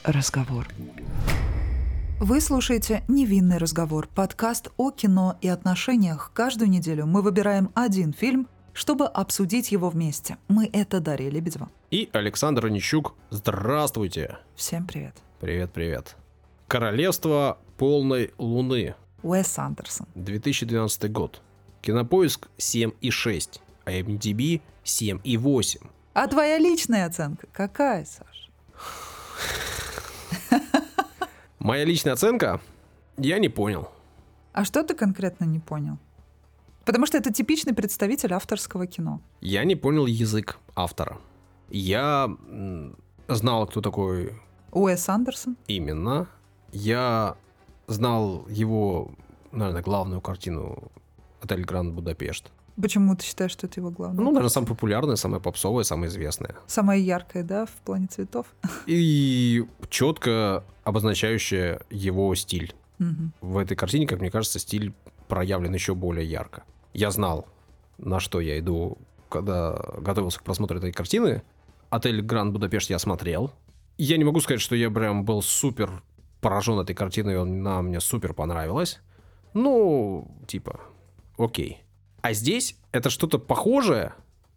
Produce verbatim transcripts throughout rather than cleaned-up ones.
разговор. Вы слушаете «Невинный разговор» — подкаст о кино и отношениях. Каждую неделю мы выбираем один фильм, чтобы обсудить его вместе. Мы — это Дарья Лебедева. И Александр Онищук. Здравствуйте. Всем привет. Привет-привет. «Королевство полной луны». Уэс Андерсон. две тысячи двенадцатый год. Кинопоиск семь и шесть. ай эм ди би семь и восемь. А твоя личная оценка какая, Саш? Моя личная оценка? Я не понял. А что ты конкретно не понял? Потому что это типичный представитель авторского кино. Я не понял язык автора. Я м, знал, кто такой Уэс Андерсон. именно. Я знал его, наверное, главную картину «Отель Гранд Будапешт». Почему ты считаешь, что это его главное? Ну, наверное, самая популярная, самая попсовая, самая известная. Самая яркая, да, в плане цветов? И четко обозначающая его стиль. Угу. В этой картине, как мне кажется, стиль проявлен еще более ярко. Я знал, на что я иду, когда готовился к просмотру этой картины. «Отель Гранд Будапешт» я смотрел. Я не могу сказать, что я прям был супер поражен этой картиной, она мне супер понравилась. Ну, типа, окей. А здесь это что-то похожее,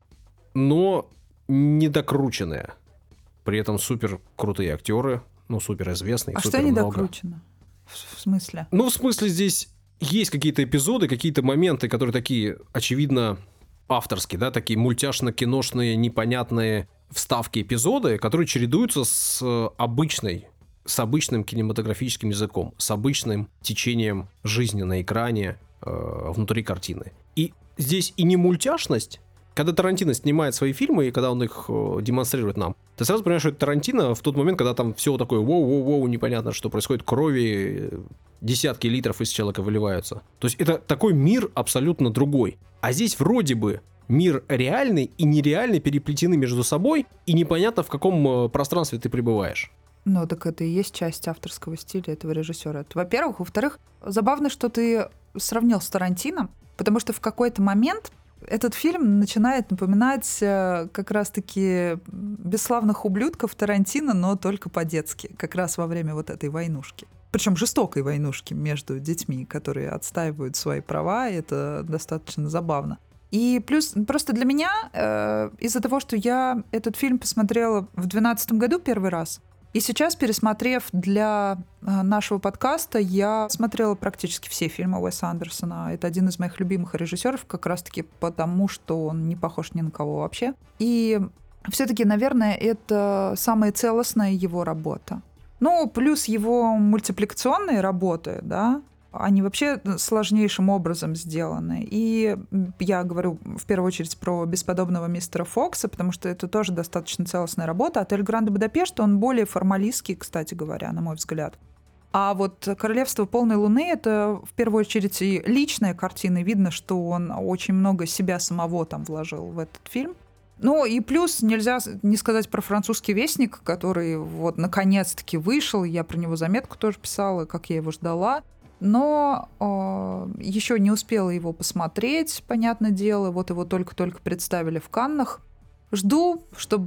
но недокрученное. При этом супер крутые актеры, ну, супер известные. А супер что много. недокручено? В, в смысле? Ну, в смысле, здесь есть какие-то эпизоды, какие-то моменты, которые такие, очевидно, авторские, да, такие мультяшно-киношные, непонятные вставки эпизоды, которые чередуются с обычной, с обычным кинематографическим языком, с обычным течением жизни на экране, э, внутри картины. И здесь и не мультяшность. Когда Тарантино снимает свои фильмы, и когда он их э, демонстрирует нам, ты сразу понимаешь, что это Тарантино в тот момент, когда там все такое воу-воу-воу, непонятно, что происходит, крови, десятки литров из человека выливаются. То есть это такой мир абсолютно другой. А здесь вроде бы мир реальный и нереальный переплетены между собой, и непонятно, в каком э, пространстве ты пребываешь. Ну, так это и есть часть авторского стиля этого режиссера. Это, во-первых. Во-вторых, забавно, что ты сравнил с Тарантино, потому что в какой-то момент этот фильм начинает напоминать как раз-таки «Бесславных ублюдков» Тарантино, но только по-детски, как раз во время вот этой войнушки. Причем жестокой войнушки между детьми, которые отстаивают свои права, и это достаточно забавно. И плюс просто для меня, э, из-за того, что я этот фильм посмотрела в две тысячи двенадцатом году первый раз, и сейчас, пересмотрев для э, нашего подкаста, я смотрела практически все фильмы Уэса Андерсона. Это один из моих любимых режиссеров, как раз-таки потому, что он не похож ни на кого вообще. И все-таки, наверное, это самая целостная его работа. Ну, плюс его мультипликационные работы, да, они вообще сложнейшим образом сделаны. И я говорю в первую очередь про «Бесподобного мистера Фокса», потому что это тоже достаточно целостная работа. «Отель Гранд Будапешт», он более формалистский, кстати говоря, на мой взгляд. А вот «Королевство полной луны» — это в первую очередь и личная картина. Видно, что он очень много себя самого там вложил в этот фильм. Ну и плюс нельзя не сказать про «Французский вестник», который вот наконец-таки вышел. Я про него заметку тоже писала, как я его ждала. Но э, еще не успела его посмотреть, понятное дело. Вот его только-только представили в Каннах. Жду,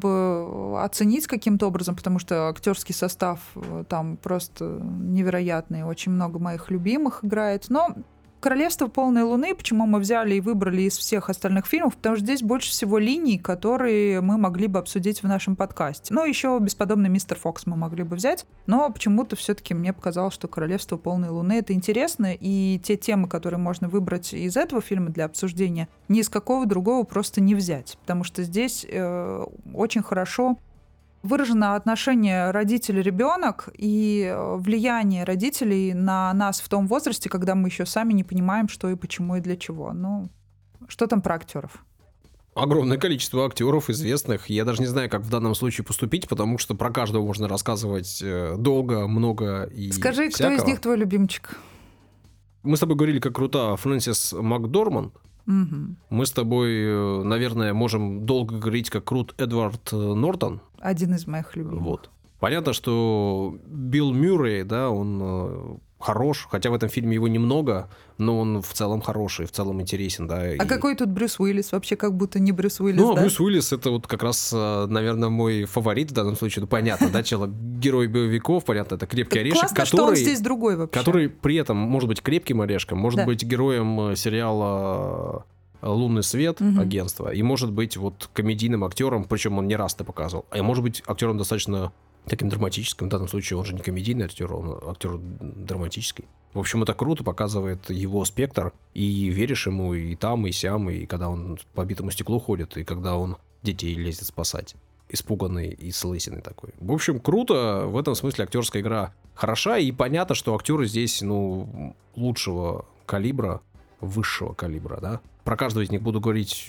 чтобы оценить каким-то образом, потому что актерский состав там просто невероятный. Очень много моих любимых играет. Но «Королевство полной луны», почему мы взяли и выбрали из всех остальных фильмов, потому что здесь больше всего линий, которые мы могли бы обсудить в нашем подкасте. Ну, еще «Бесподобный мистер Фокс» мы могли бы взять, но почему-то все-таки мне показалось, что «Королевство полной луны» — это интересно, и те темы, которые можно выбрать из этого фильма для обсуждения, ни из какого другого просто не взять, потому что здесь э, очень хорошо выражено отношение родитель-ребенок и влияние родителей на нас в том возрасте, когда мы еще сами не понимаем, что и почему и для чего. Ну, что там про актеров? Огромное количество актеров известных. Я даже не знаю, как в данном случае поступить, потому что про каждого можно рассказывать долго, много и Скажи, всякого. Кто из них твой любимчик? Мы с тобой говорили, как крута Фрэнсис Макдорманд. Угу. Мы с тобой, наверное, можем долго говорить, как крут Эдвард Нортон. Один из моих любимых. Вот. Понятно, что Билл Мюррей, да, он хорош, хотя в этом фильме его немного, но он в целом хороший, в целом интересен, да. А и... какой тут Брюс Уиллис? Вообще как будто не Брюс Уиллис, Ну, да? Брюс Уиллис — это вот как раз, наверное, мой фаворит в данном случае. Ну, понятно, да, человек, герой боевиков, понятно, это крепкий Так орешек, классно, который... что он здесь другой вообще. Который при этом может быть крепким орешком, может Да. быть героем сериала «Лунный свет», Мгм. агентства, и может быть вот комедийным актером, причем он не раз это показывал, а может быть актером достаточно таким драматическим, в данном случае он же не комедийный актер, он актер драматический. В общем, это круто, показывает его спектр, и веришь ему и там, и сям, и когда он по битому стеклу ходит, и когда он детей лезет спасать. Испуганный и с лысиной такой. В общем, круто, в этом смысле актерская игра хороша, и понятно, что актеры здесь, ну, лучшего калибра, высшего калибра, да. Про каждого из них буду говорить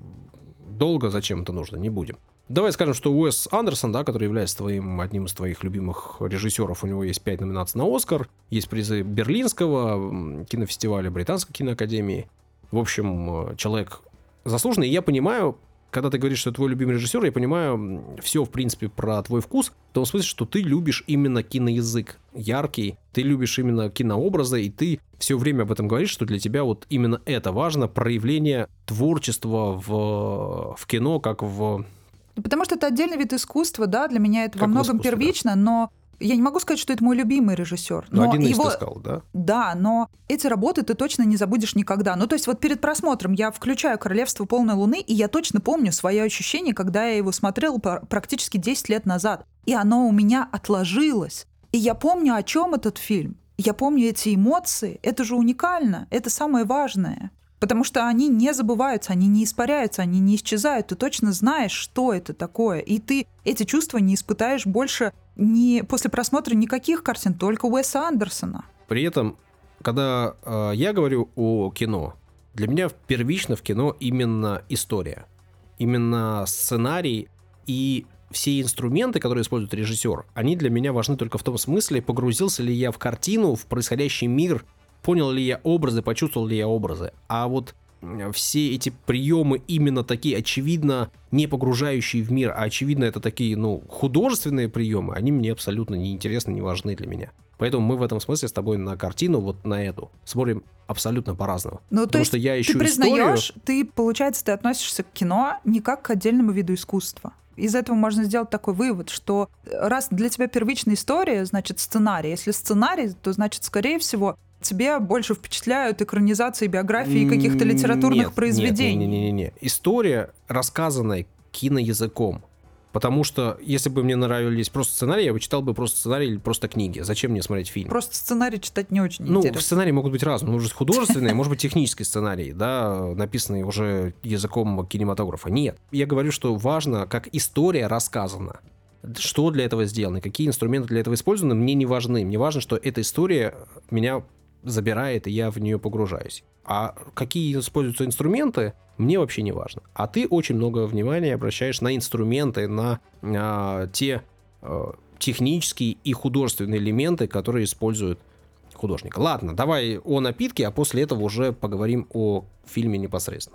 долго, зачем это нужно, не будем. Давай скажем, что Уэс Андерсон, да, который является твоим, одним из твоих любимых режиссеров, у него есть пять номинаций на Оскар, есть призы Берлинского кинофестиваля, Британской киноакадемии. В общем, человек заслуженный. И я понимаю, когда ты говоришь, что это твой любимый режиссер, я понимаю все, в принципе, про твой вкус, в том смысле, что ты любишь именно киноязык яркий, ты любишь именно кинообразы, и ты все время об этом говоришь, что для тебя вот именно это важно, проявление творчества в, в кино, как в... Потому что это отдельный вид искусства, да, для меня это Как во в многом искусстве, первично, но я не могу сказать, что это мой любимый режиссер. Ну, Но один из его... ты сказал, да? Да, но эти работы ты точно не забудешь никогда. Ну, то есть вот перед просмотром я включаю «Королевство полной луны», и я точно помню свои ощущения, когда я его смотрела практически десять лет назад. И оно у меня отложилось. И я помню, о чем этот фильм. Я помню эти эмоции. Это же уникально. Это самое важное. Потому что они не забываются, они не испаряются, они не исчезают. Ты точно знаешь, что это такое. И ты эти чувства не испытаешь больше ни после просмотра никаких картин, только Уэса Андерсона. При этом, когда э, я говорю о кино, для меня первично в кино именно история. Именно сценарий и все инструменты, которые использует режиссер, они для меня важны только в том смысле, погрузился ли я в картину, в происходящий мир, понял ли я образы, почувствовал ли я образы. А вот все эти приемы именно такие, очевидно, не погружающие в мир, а очевидно, это такие, ну, художественные приемы, они мне абсолютно не интересны, не важны для меня. Поэтому мы в этом смысле с тобой на картину, вот на эту, смотрим абсолютно по-разному. Ну, Потому то есть что я ищу ты признаешь, историю... ты, получается, ты относишься к кино не как к отдельному виду искусства. Из этого можно сделать такой вывод, что раз для тебя первичная история, значит сценарий. Если сценарий, то значит, скорее всего, тебе больше впечатляют экранизации, биографии каких-то литературных нет, произведений. Нет, нет, нет, нет. История, рассказанная киноязыком. Потому что, если бы мне нравились просто сценарии, я бы читал бы просто сценарий или просто книги. Зачем мне смотреть фильм? Просто сценарий читать не очень ну, интересно. Сценарии могут быть разные. Может быть, художественные, может быть, технический сценарий, да, написанный уже языком кинематографа. Нет. Я говорю, что важно, как история рассказана. Что для этого сделано, какие инструменты для этого использованы, мне не важны. Мне важно, что эта история меня забирает, и я в нее погружаюсь. А какие используются инструменты, мне вообще не важно. А ты очень много внимания обращаешь на инструменты, на а, те а, технические и художественные элементы, которые использует художник. Ладно, давай о напитке, а после этого уже поговорим о фильме непосредственно.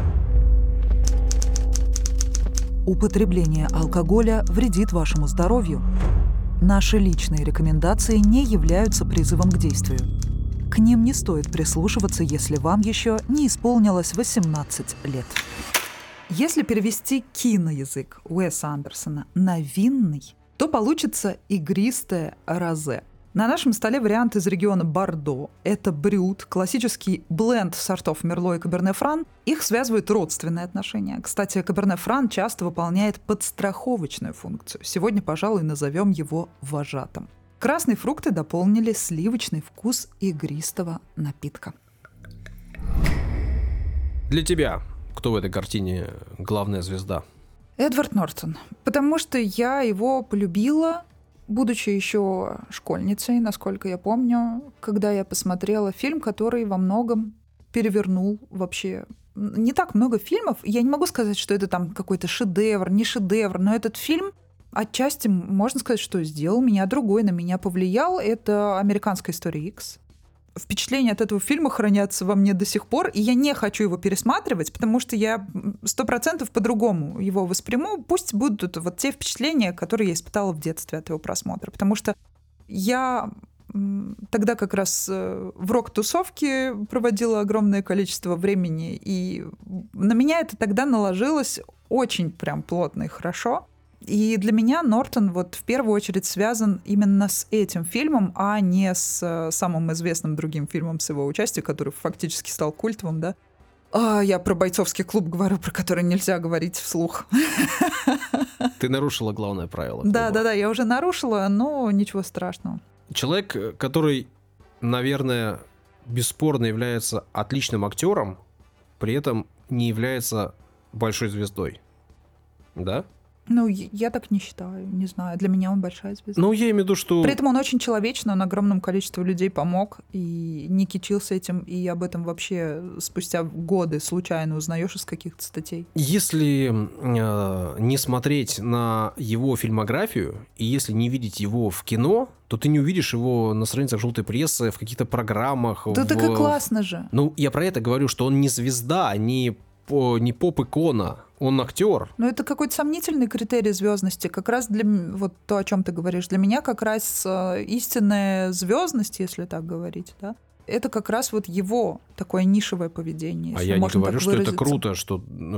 Употребление алкоголя вредит вашему здоровью. Наши личные рекомендации не являются призывом к действию. К ним не стоит прислушиваться, если вам еще не исполнилось восемнадцать лет. Если перевести киноязык Уэса Андерсона на винный, то получится игристое розе. На нашем столе вариант из региона Бордо. Это брют, классический бленд сортов Мерло и Каберне Фран. Их связывают родственные отношения. Кстати, Каберне Фран часто выполняет подстраховочную функцию. Сегодня, пожалуй, назовем его вожатым. Красные фрукты дополнили сливочный вкус игристого напитка. Для тебя кто в этой картине главная звезда? Эдвард Нортон. Потому что я его полюбила, будучи еще школьницей, насколько я помню, когда я посмотрела фильм, который во многом перевернул вообще. Не так много фильмов. Я не могу сказать, что это там какой-то шедевр, не шедевр, но этот фильм отчасти, можно сказать, что сделал меня другой, на меня повлиял. Это «Американская история Икс». Впечатления от этого фильма хранятся во мне до сих пор, и я не хочу его пересматривать, потому что я сто процентов по-другому его восприму. Пусть будут вот те впечатления, которые я испытала в детстве от его просмотра. Потому что я тогда как раз в рок-тусовке проводила огромное количество времени, и на меня это тогда наложилось очень прям плотно и хорошо. И для меня Нортон вот в первую очередь связан именно с этим фильмом, а не с самым известным другим фильмом с его участием, который фактически стал культовым, да. А, я про бойцовский клуб говорю, про который нельзя говорить вслух. Ты нарушила главное правило клуба. Да, да, да, я уже нарушила, но ничего страшного. Человек, который, наверное, бесспорно является отличным актером, при этом не является большой звездой. Да? Ну, я так не считаю, не знаю. Для меня он большая звезда. Ну, я имею в виду, что... При этом он очень человечный, он огромному количеству людей помог и не кичился этим, и об этом вообще спустя годы случайно узнаешь из каких-то статей. Если э, не смотреть на его фильмографию, и если не видеть его в кино, то ты не увидишь его на страницах желтой прессы, в каких-то программах. Да в... так и классно же. Ну, я про это говорю, что он не звезда, не, не поп-икона. Он актер. Ну, это какой-то сомнительный критерий звездности. Как раз для вот то, о чем ты говоришь, для меня как раз э, истинная звездность, если так говорить, да, это как раз вот его такое нишевое поведение. А я не говорю, что это круто, что,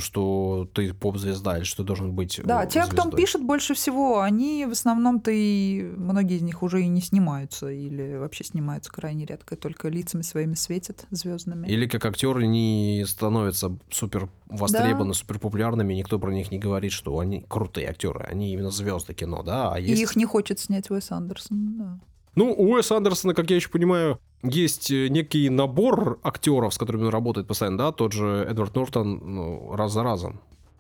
что ты поп-звезда, или что должен быть Да, звездой. те, кто пишет больше всего, они в основном-то и многие из них уже и не снимаются, или вообще снимаются крайне редко, только лицами своими светят звездными. Или как актеры не становятся супер востребованы, да. супер популярными, никто про них не говорит, что они крутые актеры, они именно звезды кино, да. А есть... И их не хочет снять Уэс Андерсон, да. Ну, у Уэса Андерсона, как я еще понимаю, есть некий набор актеров, с которыми он работает постоянно, да, тот же Эдвард Нортон, ну, раз за разом.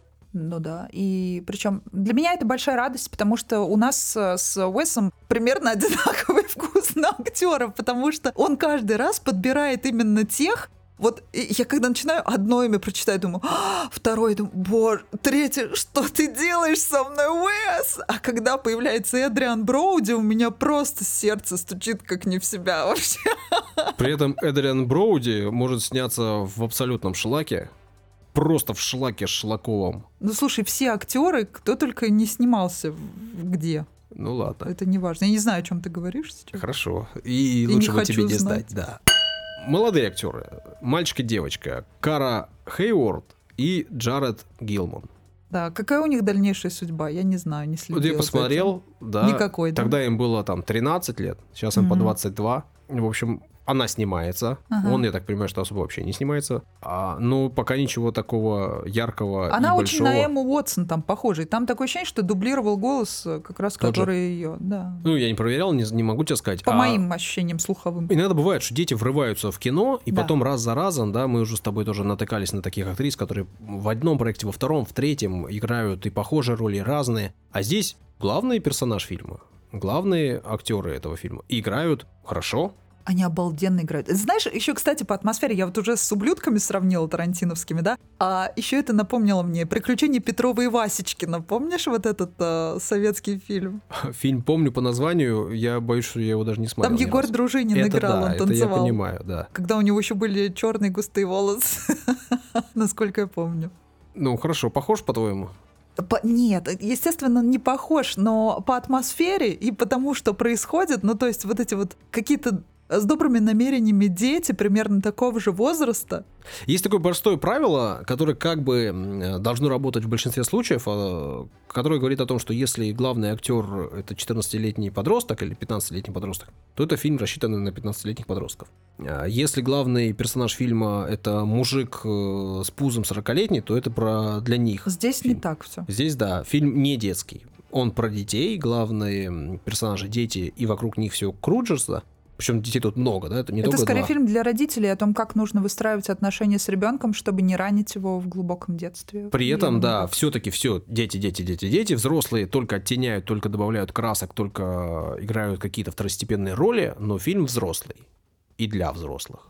Ну да, и причем для меня это большая радость, потому что у нас с Уэсом примерно одинаковый вкус на актеров, потому что он каждый раз подбирает именно тех. Вот я когда начинаю одно имя прочитать, думаю, а, второе, думаю, боже, третье, что ты делаешь со мной, Уэс? А когда появляется Эдриан Броуди, у меня просто сердце стучит как не в себя вообще. При этом Эдриан Броуди может сняться в абсолютном шлаке, просто в шлаке шлаковом. Ну слушай, все актеры, кто только не снимался где. Ну ладно. Это не важно. Я не знаю, о чем ты говоришь сейчас. Хорошо. И, и лучше бы тебе не знать, да. Молодые актеры, мальчик и девочка, Кара Хейворд и Джаред Гилман. Да, какая у них дальнейшая судьба, я не знаю, не следила. Вот я посмотрел, да. Никакой, да. Тогда им было там тринадцать лет, сейчас им mm-hmm. по двадцать два. В общем, она снимается. Ага. Он, я так понимаю, что особо вообще не снимается. А, ну, пока ничего такого яркого она и очень большого. на Эмму Уотсон там похожа. И там такое ощущение, что дублировал голос, как раз Тот который же. ее. Да. Ну, я не проверял, не, не могу тебе сказать. По а... моим ощущениям слуховым. Иногда бывает, что дети врываются в кино, и да. потом раз за разом, да, мы уже с тобой тоже натыкались на таких актрис, которые в одном проекте, во втором, в третьем играют и похожие роли, и разные. А здесь главный персонаж фильма, главные актеры этого фильма играют хорошо. Они обалденно играют. Знаешь, еще, кстати, по атмосфере, я вот уже с «Ублюдками» сравнила тарантиновскими, да? А еще это напомнило мне «Приключения Петрова и Васечкина». Помнишь вот этот э, советский фильм? Фильм помню по названию, я боюсь, что я его даже не смотрел. Там Егор Дружинин это играл, да, он танцевал. Это я понимаю, да. Когда у него еще были черные густые волосы, насколько я помню. Ну, хорошо, похож, по-твоему? По, нет, естественно, не похож, но по атмосфере и потому, что происходит, ну, то есть вот эти вот какие-то с добрыми намерениями дети примерно такого же возраста. Есть такое простое правило, которое как бы должно работать в большинстве случаев, которое говорит о том, что если главный актер это четырнадцатилетний подросток или пятнадцатилетний подросток, то это фильм, рассчитанный на пятнадцатилетних подростков. Если главный персонаж фильма это мужик с пузом сорокалетний, то это про для них. Здесь фильм. Не так все. Здесь, да, фильм не детский. Он про детей, главные персонажи дети, и вокруг них все кружится. Причем детей тут много, да? Это не Это только скорее два. Фильм для родителей о том, как нужно выстраивать отношения с ребенком, чтобы не ранить его в глубоком детстве. При этом, да, все-таки все дети, дети, дети, дети. Взрослые только оттеняют, только добавляют красок, только играют какие-то второстепенные роли, но фильм взрослый и для взрослых.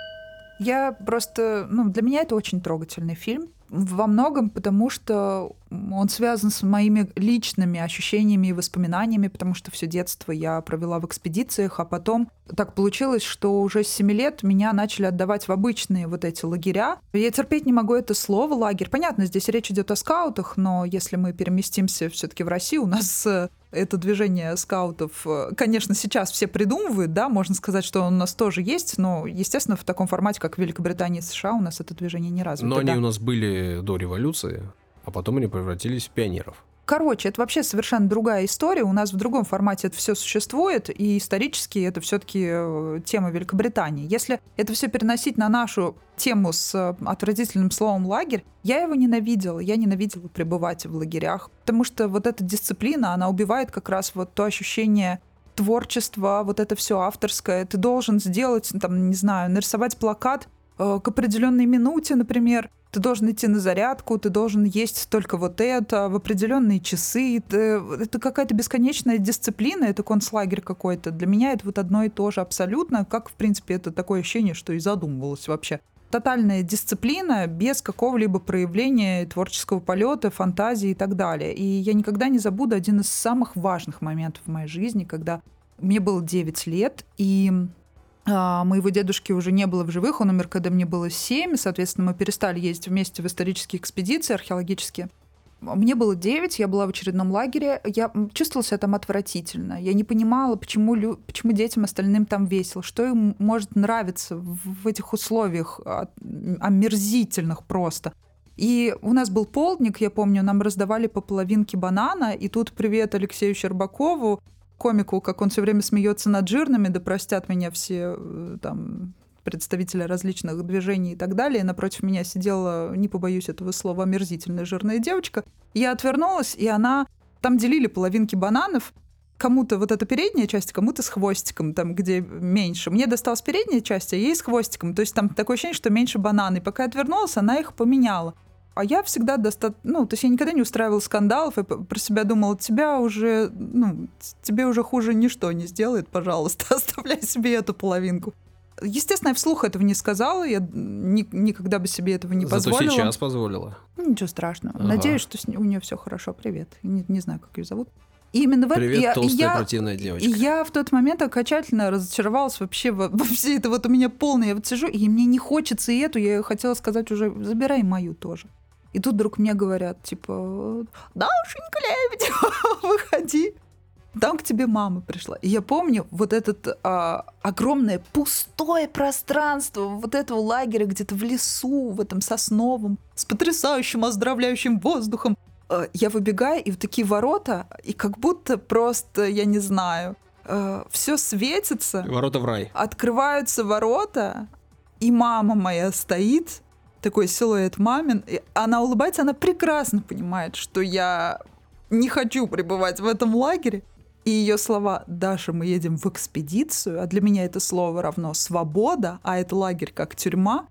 Я просто, ну, для меня это очень трогательный фильм. Во многом потому, что он связан с моими личными ощущениями и воспоминаниями, потому что все детство я провела в экспедициях, а потом так получилось, что уже с семи лет меня начали отдавать в обычные вот эти лагеря. Я терпеть не могу это слово «лагерь». Понятно, здесь речь идет о скаутах, но если мы переместимся все-таки в Россию, у нас это движение скаутов, конечно, сейчас все придумывают, да, можно сказать, что он у нас тоже есть, но, естественно, в таком формате, как в Великобритании и США, у нас это движение не развито. Но да. они у нас были до революции, а потом они превратились в пионеров. Короче, это вообще совершенно другая история. У нас в другом формате это все существует, и исторически это все-таки тема Великобритании. Если это все переносить на нашу тему с отвратительным словом «лагерь», я его ненавидела. Я ненавидела пребывать в лагерях, потому что вот эта дисциплина, она убивает как раз вот то ощущение творчества, вот это все авторское. Ты должен сделать, там, не знаю, нарисовать плакат э, к определенной минуте, например. Ты должен идти на зарядку, ты должен есть только вот это в определенные часы. Это, это какая-то бесконечная дисциплина, это концлагерь какой-то. Для меня это вот одно и то же абсолютно, как, в принципе, это такое ощущение, что и задумывалось вообще. Тотальная дисциплина без какого-либо проявления творческого полета, фантазии и так далее. И я никогда не забуду один из самых важных моментов в моей жизни, когда мне было девять лет, и а, моего дедушки уже не было в живых, он умер, когда мне было семь, соответственно, мы перестали ездить вместе в исторические экспедиции археологические. Мне было девять, я была в очередном лагере, я чувствовала себя там отвратительно. Я не понимала, почему, лю... почему детям остальным там весело, что им может нравиться в, в этих условиях омерзительных просто. И у нас был полдник, я помню, нам раздавали по половинке банана, и тут привет Алексею Щербакову, комику, как он все время смеется над жирными, да простят меня все там представители различных движений и так далее. Напротив меня сидела, не побоюсь этого слова, омерзительная жирная девочка. Я отвернулась, и она... Там делили половинки бананов. Кому-то вот эта передняя часть, кому-то с хвостиком, там, где меньше. Мне досталась передняя часть, а ей с хвостиком. То есть там такое ощущение, что меньше бананы. И пока я отвернулась, она их поменяла. А я всегда достаточно... Ну, то есть я никогда не устраивала скандалов, и про себя думала, тебя уже... Ну, тебе уже хуже ничто не сделает, пожалуйста, оставляй себе эту половинку. Естественно, я вслух этого не сказала, я ни, никогда бы себе этого не Зато позволила. сейчас позволила. Ничего страшного. Ага. Надеюсь, что с, у нее все хорошо. Привет. Не, не знаю, как ее зовут. И именно в Привет, это... толстая я, противная девочка. И я в тот момент окончательно разочаровалась вообще во, во все это. Вот у меня полное. Я вот сижу, и мне не хочется и эту. Я хотела сказать уже, забирай мою тоже. И тут вдруг мне говорят, типа, Дашенька Лебедева, выходи. Там к тебе мама пришла. И я помню вот это а, огромное пустое пространство вот этого лагеря где-то в лесу, в этом сосновом, с потрясающим оздоровляющим воздухом. А, я выбегаю, и в такие ворота, и как будто просто, я не знаю, а, все светится. Ворота в рай. Открываются ворота, и мама моя стоит, такой силуэт мамин, и она улыбается, она прекрасно понимает, что я не хочу пребывать в этом лагере. И ее слова «Даша, мы едем в экспедицию», а для меня это слово равно «свобода», а это лагерь как тюрьма.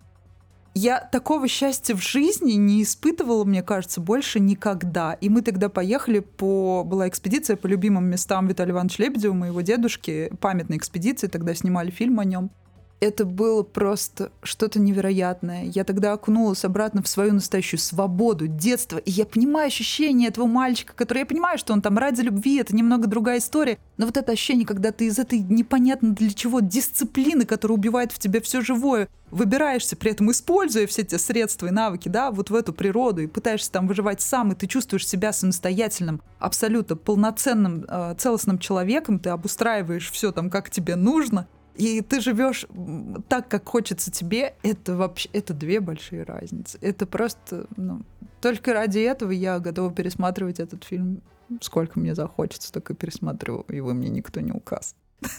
Я такого счастья в жизни не испытывала, мне кажется, больше никогда. И мы тогда поехали по... Была экспедиция по любимым местам Виталия Ивановича Лебедева, моего дедушки, памятная экспедиция, тогда снимали фильм о нем. Это было просто что-то невероятное. Я тогда окунулась обратно в свою настоящую свободу, детство. И я понимаю ощущение этого мальчика, который... Я понимаю, что он там ради любви, это немного другая история. Но вот это ощущение, когда ты из этой непонятно для чего дисциплины, которая убивает в тебе все живое, выбираешься, при этом используя все эти средства и навыки, да, вот в эту природу, и пытаешься там выживать сам, и ты чувствуешь себя самостоятельным, абсолютно полноценным, э, целостным человеком, ты обустраиваешь все там, как тебе нужно, и ты живешь так, как хочется тебе, это вообще, это две большие разницы. Это просто, ну, только ради этого я готова пересматривать этот фильм. Сколько мне захочется, так и пересматриваю, и вы мне никто не указ.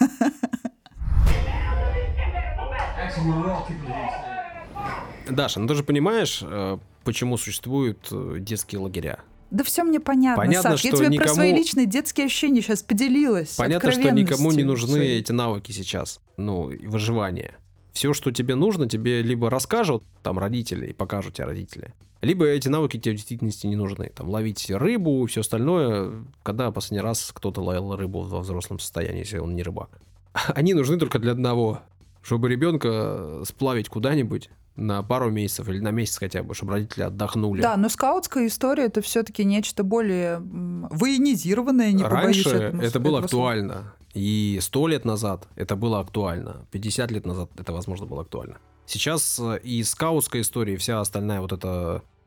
Даша, ну ты же понимаешь, почему существуют детские лагеря? Да все мне понятно, понятно, Саш. что Я тебе никому... про свои личные детские ощущения сейчас поделилась. Понятно, что никому не нужны своей. эти навыки сейчас, ну, выживания. Все, что тебе нужно, тебе либо расскажут там родители и покажут тебе родители, либо эти навыки тебе в действительности не нужны. Там ловить рыбу и все остальное, когда последний раз кто-то ловил рыбу во взрослом состоянии, если он не рыбак. Они нужны только для одного, чтобы ребенка сплавить куда-нибудь на пару месяцев или на месяц хотя бы, чтобы родители отдохнули. Да, но скаутская история — это все-таки нечто более военизированное, не побоюсь Раньше этому, это было этого актуально. слова. И сто лет назад это было актуально. пятьдесят лет назад это, возможно, было актуально. Сейчас и скаутская история, и вся остальная вот эта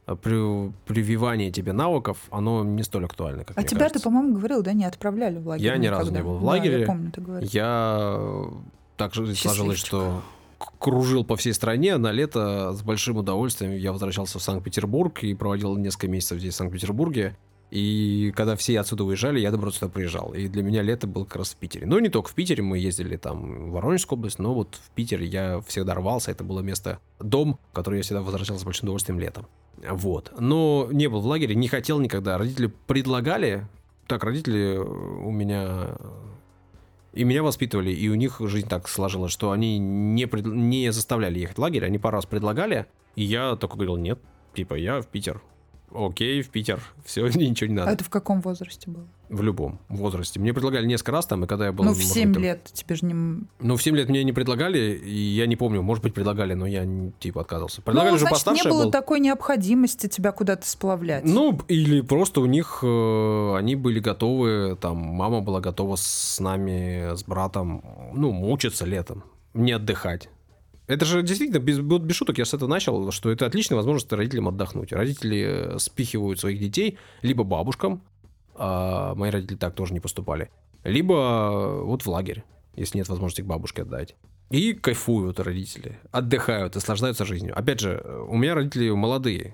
при, прививание тебе навыков, оно не столь актуально, как а мне тебя кажется. ты, по-моему, говорил, да, не отправляли в лагерь? Я ни никогда. разу не был в лагере. Да, я помню, ты говорил. Я так же сложилось, что кружил по всей стране. На лето с большим удовольствием я возвращался в Санкт-Петербург и проводил несколько месяцев здесь, в Санкт-Петербурге. И когда все отсюда уезжали, я, наоборот, сюда приезжал. И для меня лето было как раз в Питере. Ну, не только в Питере, мы ездили там в Воронежскую область, но вот в Питере я всегда рвался. Это было место, дом, в который я всегда возвращался с большим удовольствием летом. Вот. Но не был в лагере, не хотел никогда. Родители предлагали. Так, родители у меня... И меня воспитывали, и у них жизнь так сложилась, что они не, пред... не заставляли ехать в лагерь. Они пару раз предлагали, и я только говорил, нет, типа, я в Питер. Окей, в Питер. Все, ничего не надо. А это в каком возрасте было? В любом возрасте. Мне предлагали несколько раз там, и когда я был... Ну, в семь там... лет тебе же не... Ну, в семь лет мне не предлагали, и я не помню, может быть, предлагали, но я, типа, отказался. Предлагали ну, же значит, постарше не было был. такой необходимости тебя куда-то сплавлять. Ну, или просто у них, э, они были готовы, там, мама была готова с нами, с братом, ну, мучиться летом, не отдыхать. Это же действительно, без, без шуток, я с этого начал, что это отличная возможность родителям отдохнуть. Родители спихивают своих детей либо бабушкам, а мои родители так тоже не поступали, либо вот в лагерь, если нет возможности к бабушке отдать. И кайфуют родители, отдыхают, наслаждаются жизнью. Опять же, у меня родители молодые,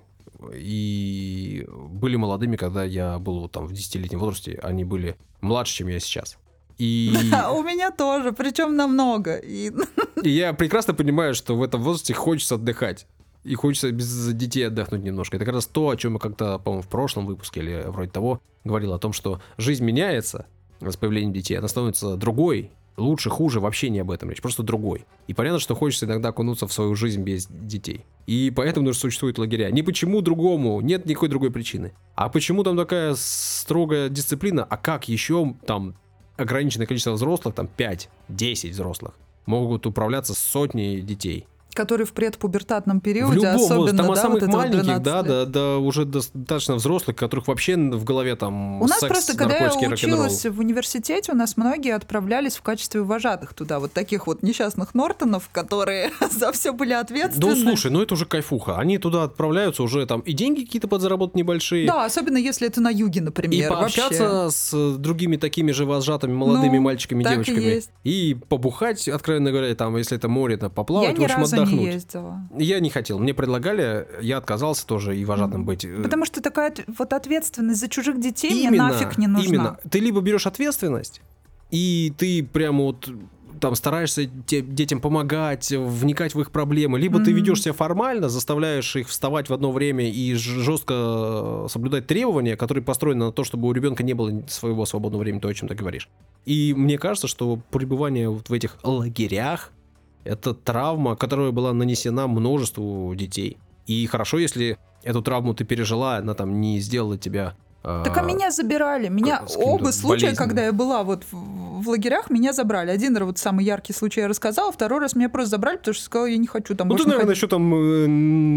и были молодыми, когда я был там в десятилетнем возрасте, они были младше, чем я сейчас. И... У меня тоже, причем намного. И... и я прекрасно понимаю, что в этом возрасте хочется отдыхать. И хочется без детей отдохнуть немножко. Это как раз то, о чем я как-то, по-моему, в прошлом выпуске или вроде того говорил, о том, что жизнь меняется с появлением детей. Она становится другой, лучше, хуже, вообще не об этом речь, просто другой. И понятно, что хочется иногда окунуться в свою жизнь без детей. И поэтому даже существуют лагеря. Не почему другому, нет никакой другой причины. А почему там такая строгая дисциплина, а как еще там... ограниченное количество взрослых, там пять-десять взрослых, могут управляться сотней детей. Которые в предпубертатном периоде, в любом особенно, возрасте, там да, от самых вот маленьких, да, до, до уже достаточно взрослых, которых вообще в голове там у нас секс, просто, когда я наркотики, рок-н-ролл. училась в университете, у нас многие отправлялись в качестве вожатых туда, вот таких вот несчастных Нортонов, которые за все были ответственны. Да, слушай, ну это уже кайфуха. Они туда отправляются уже там и деньги какие-то подзаработать небольшие. Да, особенно если это на юге, например. И пообщаться вообще. с другими такими же вожатыми молодыми ну, мальчиками, девочками. И, и побухать, откровенно говоря, там, если это море, там, поплавать, я в общем, ни разу отдохнуть. не ездила. Я не хотел. Мне предлагали, я отказался тоже и вожатым быть. Потому что такая вот ответственность за чужих детей именно, мне нафиг не нужна. Именно. Ты либо берешь ответственность, и ты прямо вот там стараешься те, детям помогать, вникать в их проблемы, либо mm-hmm. ты ведешь себя формально, заставляешь их вставать в одно время и жестко соблюдать требования, которые построены на то, чтобы у ребенка не было своего свободного времени, то, о чем ты говоришь. И мне кажется, что пребывание вот в этих лагерях — это травма, которая была нанесена множеству детей. И хорошо, если эту травму ты пережила, она там не сделала тебя... Так а меня забирали. Меня оба случая, болезнью. Когда я была вот в, в лагерях, меня забрали. Один раз вот самый яркий случай я рассказала, второй раз меня просто забрали, потому что сказала, я не хочу там ну, больше ты, наверное, ходить. еще там э,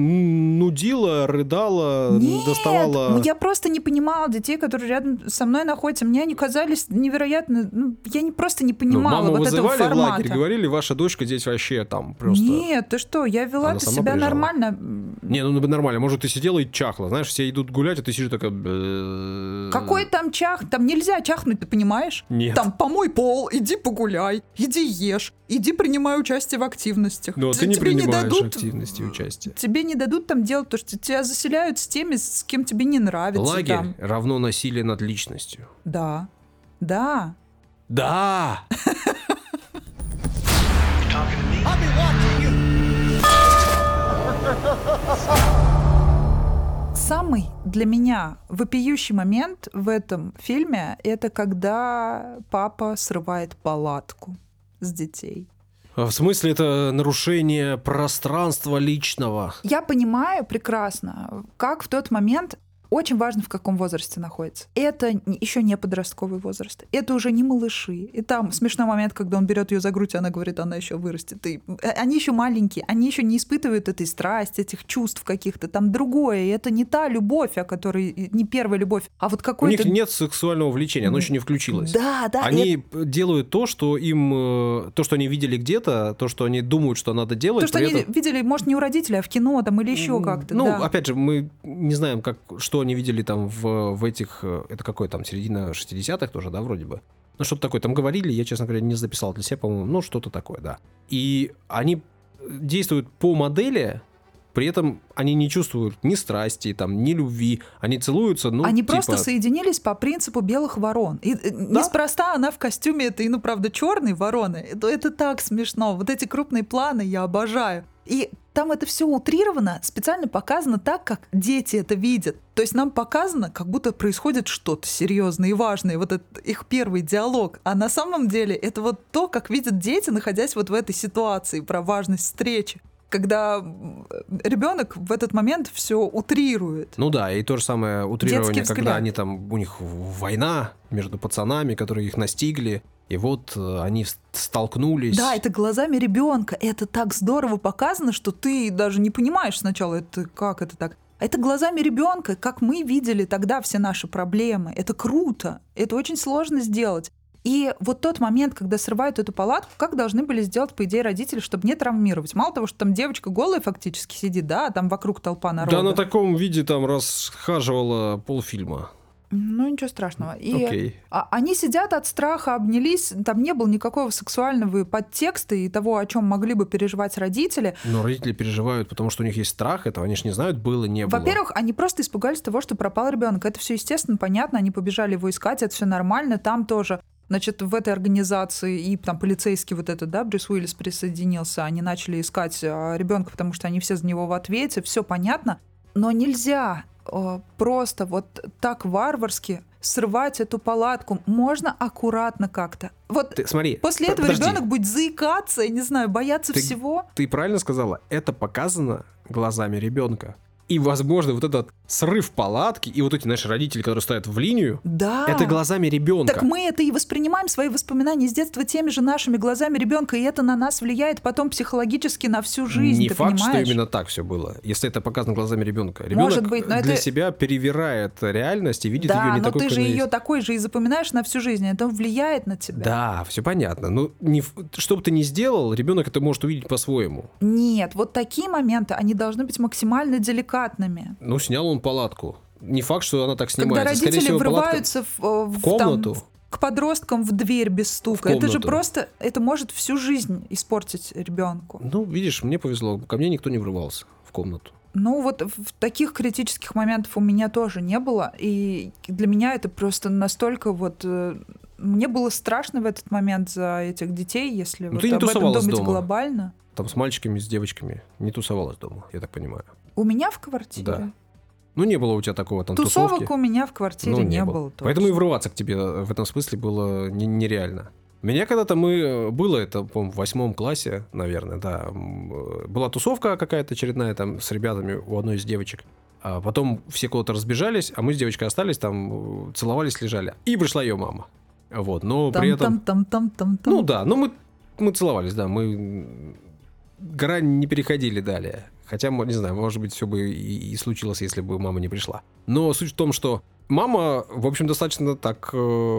нудила, рыдала, Нет, доставала... я просто не понимала детей, которые рядом со мной находятся. Мне они казались невероятно... Ну, я не, просто не понимала ну, вот этого формата. В лагерь, говорили, ваша дочка здесь вообще там просто... Нет, ты что, я вела себя приезжала. Нормально. Не, ну нормально. Может, ты сидела и чахла. Знаешь, все идут гулять, а ты сидишь такая... Какой там чах? Там нельзя чахнуть, ты понимаешь? Нет. Там помой пол, иди погуляй, иди ешь, иди принимай участие в активностях. Но Т- ты не тебе принимаешь не дадут, активности и участия. Тебе не дадут там делать то, что тебя заселяют с теми, с кем тебе не нравится. Лагерь там. равно насилие над личностью. Да. Да. Да! Самый для меня вопиющий момент в этом фильме — это когда папа срывает палатку с детей. В смысле, это нарушение пространства личного? Я понимаю прекрасно, как в тот момент Очень важно, в каком возрасте находится. Это еще не подростковый возраст. Это уже не малыши. И там смешной момент, когда он берет ее за грудь, и она говорит, она еще вырастет. И они еще маленькие, они еще не испытывают этой страсти, этих чувств каких-то. Там другое. И это не та любовь, о которой... Не первая любовь, а вот какой-то... У них нет сексуального влечения, оно еще не включилось. Да, да. Они это... делают то, что им... То, что они видели где-то, то, что они думают, что надо делать. То, что они этом... видели, может, не у родителей, а в кино там или еще как-то. Ну, да. опять же, мы не знаем, как, что они видели там в, в этих... Это какой там, середина шестидесятых тоже, да, вроде бы? Ну, что-то такое там говорили, я, честно говоря, не записал для себя, по-моему, ну, что-то такое, да. И они действуют по модели, при этом они не чувствуют ни страсти, там, ни любви, они целуются, ну, Они типа... просто соединились по принципу белых ворон. И да? Неспроста она в костюме, это, ну, правда, черной вороны. Это, это так смешно. Вот эти крупные планы я обожаю. И там это все утрировано, специально показано так, как дети это видят. То есть нам показано, как будто происходит что-то серьезное и важное, вот этот их первый диалог. А на самом деле это вот то, как видят дети, находясь вот в этой ситуации, про важность встречи. Когда ребенок в этот момент все утрирует. Ну да, и то же самое утрирование, когда они там, у них война между пацанами, которые их настигли, и вот они столкнулись. Да, это глазами ребенка. Это так здорово показано, что ты даже не понимаешь сначала, это как это так. Это глазами ребенка, как мы видели тогда все наши проблемы. Это круто. Это очень сложно сделать. И вот тот момент, когда срывают эту палатку, как должны были сделать, по идее, родители, чтобы не травмировать? Мало того, что там девочка голая фактически сидит, да, а там вокруг толпа народа. Да, на таком виде там расхаживала полфильма. Ну, ничего страшного. И okay. они сидят от страха, обнялись, там не было никакого сексуального подтекста и того, о чем могли бы переживать родители. Но родители переживают, потому что у них есть страх этого, они же не знают, было, не было. Во-первых, они просто испугались того, что пропал ребенок. Это все естественно, понятно, они побежали его искать, это все нормально, там тоже. Значит, в этой организации и там полицейский вот этот, да, Брюс Уиллис присоединился, они начали искать ребенка, потому что они все за него в ответе, все понятно, но нельзя э, просто вот так варварски срывать эту палатку. Можно аккуратно как-то. Вот ты, смотри, после этого подожди. Ребенок будет заикаться, я не знаю, бояться ты, всего. Ты правильно сказала, это показано глазами ребенка. И, возможно, вот этот срыв палатки и вот эти наши родители, которые стоят в линию, да. это глазами ребенка. Так мы это и воспринимаем, свои воспоминания с детства теми же нашими глазами ребенка, и это на нас влияет потом психологически на всю жизнь. Не ты факт, понимаешь? что именно так все было, если это показано глазами ребенка. Ребенок Может быть, но для это... себя перевирает реальность и видит да, ее не но такой, ты как же она ее есть. такой же и запоминаешь на всю жизнь, это влияет на тебя. Да, все понятно. Но не, что бы ты ни сделал, ребенок это может увидеть по-своему. Нет, вот такие моменты, они должны быть максимально деликатными. Ну, снял он палатку. Не факт, что она так снимается. Когда родители Скорее всего, врываются в, в, в комнату. Там, к подросткам в дверь без стука, это же просто, это может всю жизнь испортить ребенку. Ну, видишь, мне повезло, ко мне никто не врывался в комнату. Ну вот в таких критических моментов у меня тоже не было, и для меня это просто настолько вот... Мне было страшно в этот момент за этих детей, если ну, вот ты не об этом думать дома. глобально. Там с мальчиками, с девочками не тусовалась дома, я так понимаю. У меня в квартире? Да. Ну, не было у тебя такого там тусовок тусовки. у меня в квартире ну, не, не было. было. Точно. Поэтому и врываться к тебе в этом смысле было нереально. Меня когда-то мы... Было это, по-моему, в восьмом классе, наверное, да. Была тусовка какая-то очередная там с ребятами у одной из девочек. А потом все куда-то разбежались, а мы с девочкой остались там, целовались, лежали. И пришла ее мама. Вот, но там, при этом... Там, там, там, там, ну да, но мы, мы целовались, да, мы грань не переходили далее. Хотя, не знаю, может быть, все бы и, и случилось, если бы мама не пришла. Но суть в том, что мама, в общем, достаточно так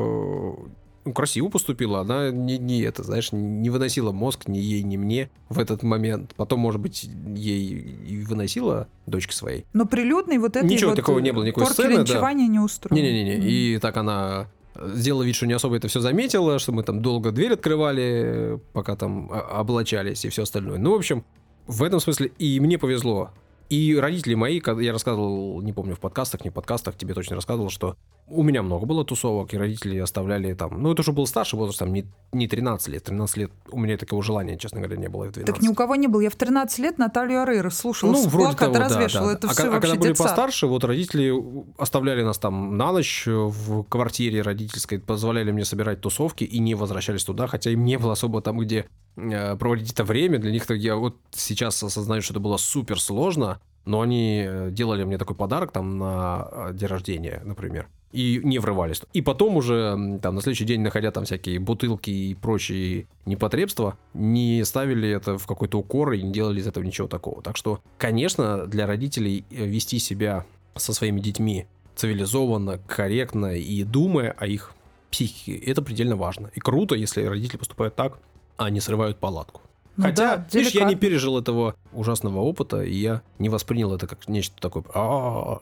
э, красиво поступила. Она не, не это, знаешь, не выносила мозг ни ей, ни мне в этот момент. Потом, может быть, ей и выносила дочке своей. Но прилюдной вот этой Ничего вот такого не было, никакой порки сцены. линчевания да. не устроила. Не-не-не. Mm. И так она... Сделала вид, что не особо это все заметила, что мы там долго дверь открывали, пока там облачались и все остальное. Ну, в общем, в этом смысле и мне повезло. И родители мои, я рассказывал, не помню, в подкастах, не в подкастах, тебе точно рассказывал, что у меня много было тусовок, и родители оставляли там... Ну, это уже был старший возраст, там не, не тринадцать лет. тринадцать лет у меня такого желания, честно говоря, не было и в двенадцать. Так ни у кого не было. Я в тринадцать лет Наталью Орейро слушала, ну, вроде плакат того, развешивала. Да, да. Это а, все а вообще когда были детсад. постарше, вот родители оставляли нас там на ночь в квартире родительской, позволяли мне собирать тусовки и не возвращались туда, хотя им не было особо там где э, проводить это время. Для них я вот сейчас осознаю, что это было супер сложно, но они делали мне такой подарок там на день рождения, например, и не врывались. И потом уже там на следующий день, находя там всякие бутылки и прочие непотребства, не ставили это в какой-то укор и не делали из этого ничего такого. Так что, конечно, для родителей вести себя со своими детьми цивилизованно, корректно и думая о их психике, это предельно важно. И круто, если родители поступают так, а не срывают палатку. Ну Хотя, да, видишь, я не деликатно. пережил этого ужасного опыта, и я не воспринял это как нечто такое. А-а-а.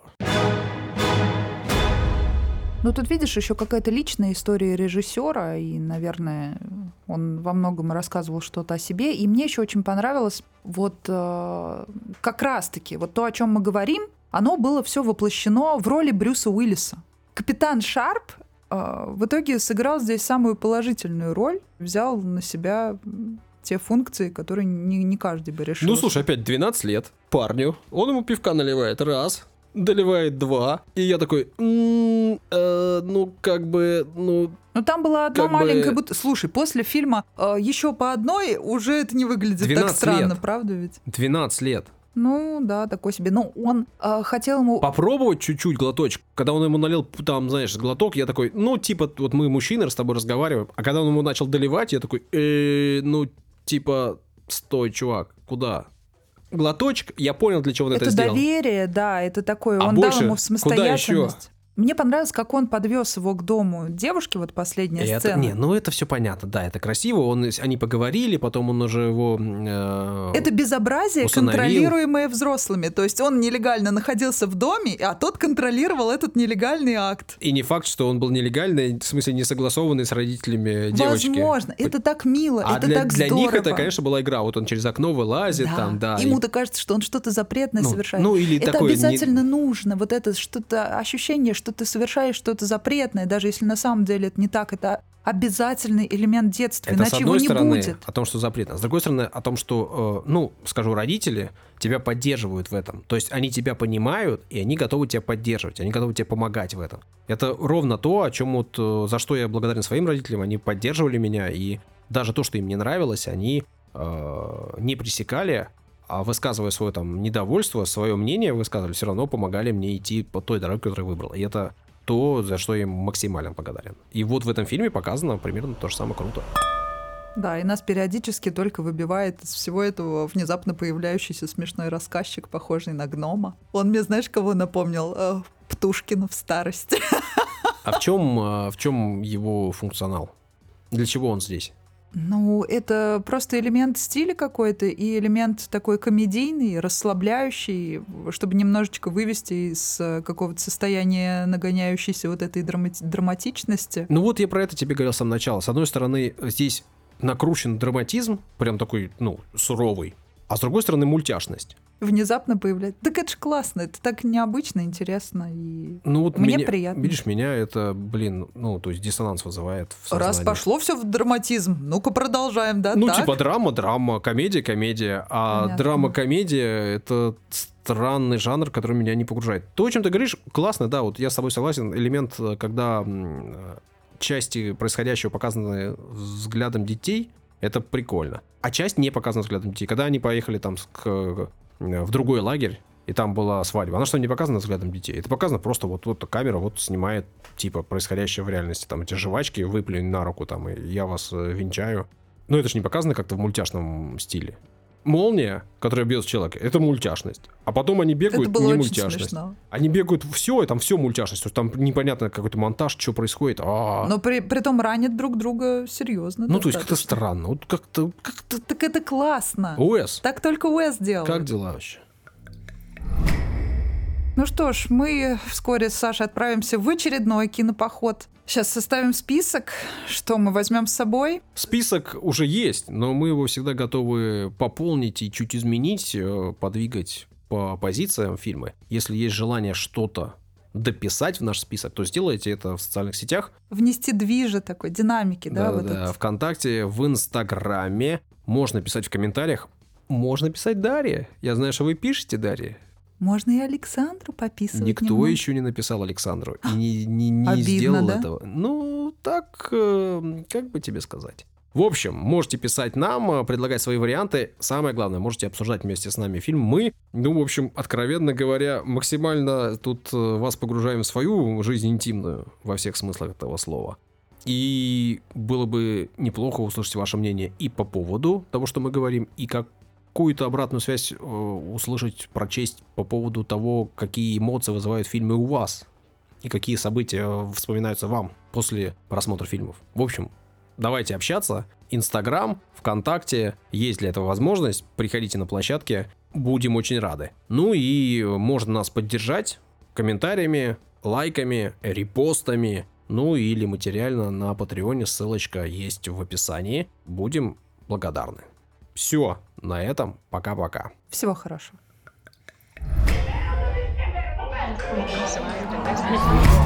Ну, тут, видишь, еще какая-то личная история режиссера, и, наверное, он во многом рассказывал что-то о себе. И мне еще очень понравилось вот э, как раз-таки вот то, о чем мы говорим, оно было все воплощено в роли Брюса Уиллиса. Капитан Шарп э, в итоге сыграл здесь самую положительную роль, взял на себя те функции, которые не, не каждый бы решил. Ну, слушай, опять двенадцать лет парню, он ему пивка наливает раз, доливает два, и я такой, м-м, э, ну, как бы, ну... Ну, там была одна как маленькая... бы- бут- Слушай, после фильма э, еще по одной уже это не выглядит так двенадцать странно, лет. правда ведь? двенадцать лет. Ну, да, такой себе. Но он э, хотел ему... Попробовать чуть-чуть глоточек. Когда он ему налил, там, знаешь, глоток, я такой, ну, типа, вот мы мужчины с тобой разговариваем, а когда он ему начал доливать, я такой, э, ну, типа, стой, чувак, куда? Глоточек, я понял, для чего он это, Это сделал. доверие, да, это такое. А Он больше дал ему куда самостоятельность. Мне понравилось, как он подвез его к дому девушки, вот последняя И это, сцена. не, ну это все понятно, да, это красиво. Он, они поговорили, потом он уже его. Э, Это безобразие, усыновил. контролируемое взрослыми. То есть он нелегально находился в доме, а тот контролировал этот нелегальный акт. И не факт, что он был нелегальный, в смысле не согласованный с родителями девочки. Возможно, это так мило, А это для, так для здорово. них это, конечно, была игра. Вот он через окно вылазит, Да. там, да. Ему-то и- кажется, что он что-то запретное Ну, совершает. ну, или это такое не- обязательно нужно. Вот это что-то ощущение, что ты совершаешь что-то запретное, даже если на самом деле это не так. Это обязательный элемент детства, Это с иначе его одной не стороны будет. о том, что запретно. А с другой стороны, о том, что, э, ну, скажу, родители тебя поддерживают в этом. То есть они тебя понимают, и они готовы тебя поддерживать, они готовы тебе помогать в этом. Это ровно то, о чем вот, э, за что я благодарен своим родителям. Они поддерживали меня, и даже то, что им не нравилось, они э, не пресекали, а высказывая свое там недовольство, свое мнение высказывали, все равно помогали мне идти по той дороге, которую я выбрал. И это то, за что я им максимально благодарен. И вот в этом фильме показано примерно то же самое круто. Да, и нас периодически только выбивает из всего этого внезапно появляющийся смешной рассказчик, похожий на гнома. Он мне, знаешь, кого напомнил? Э, Птушкина в старости. А в чем, а, в чем его функционал? Для чего он здесь? Ну, это просто элемент стиля какой-то и элемент такой комедийный, расслабляющий, чтобы немножечко вывести из э, какого-то состояния нагоняющейся вот этой драмати- драматичности. Ну вот я про это тебе говорил с самого начала. С одной стороны, здесь накручен драматизм, прям такой, ну, суровый, а с другой стороны, мультяшность. Внезапно появляется. Так это ж классно, это так необычно, интересно. И... Ну вот Мне меня, приятно. Видишь, меня это, блин, ну, то есть диссонанс вызывает в сознании. Раз пошло все в драматизм, ну-ка продолжаем, да? Ну, так? типа драма, драма, комедия, комедия. А Понятно. драма-комедия — это странный жанр, который меня не погружает. То, о чем ты говоришь, классно, да, вот я с тобой согласен. Элемент, когда м, части происходящего показаны взглядом детей, это прикольно. А часть не показана взглядом детей. Когда они поехали там с- к, в другой лагерь, и там была свадьба, она что, не показана взглядом детей? Это показано просто вот, вот камера вот снимает типа происходящее в реальности. Там эти жвачки выплюнь на руку, там, и я вас э, венчаю. Но это же не показано как-то в мультяшном стиле. Молния, которая бьет в человека, это мультяшность. А потом они бегают, Это было не очень мультяшность. смешно. Они бегают все, и там все мультяшность. То есть там непонятно какой-то монтаж, что происходит. А-а-а. Но при, при том ранят друг друга серьезно. Ну, то есть как-то достаточно. странно. Вот как-то, как-то... Так это классно. Уэс, Так только Уэс делал. как дела вообще? Ну что ж, мы вскоре с Сашей отправимся в очередной кинопоход. Сейчас составим список, что мы возьмем с собой. Список уже есть, но мы его всегда готовы пополнить и чуть изменить, э, подвигать по позициям фильма. Если есть желание что-то дописать в наш список, то сделайте это в социальных сетях. Внести движа такой, динамики, да? в Да-да-да, этот- ВКонтакте, в Инстаграме. Можно писать в комментариях. Можно писать Дарье. Я знаю, что вы пишете, Дарья. Можно и Александру пописывать Никто немного. еще не написал Александру. И не, не- не Обидно, сделал да? этого. Ну, так, э, как бы тебе сказать. В общем, можете писать нам, предлагать свои варианты. Самое главное, можете обсуждать вместе с нами фильм. Мы, ну, в общем, откровенно говоря, максимально тут вас погружаем в свою жизнь интимную, во всех смыслах этого слова. И было бы неплохо услышать ваше мнение и по поводу того, что мы говорим, и какую-то обратную связь э, услышать, прочесть по поводу того, какие эмоции вызывают фильмы у вас, и какие события вспоминаются вам после просмотра фильмов. В общем, давайте общаться. Инстаграм, ВКонтакте. Есть для этого возможность. Приходите на площадки. Будем очень рады. Ну и можно нас поддержать комментариями, лайками, репостами. Ну или материально на Патреоне. Ссылочка есть в описании. Будем благодарны. Все. На этом. Пока-пока. Всего хорошего. Thank you.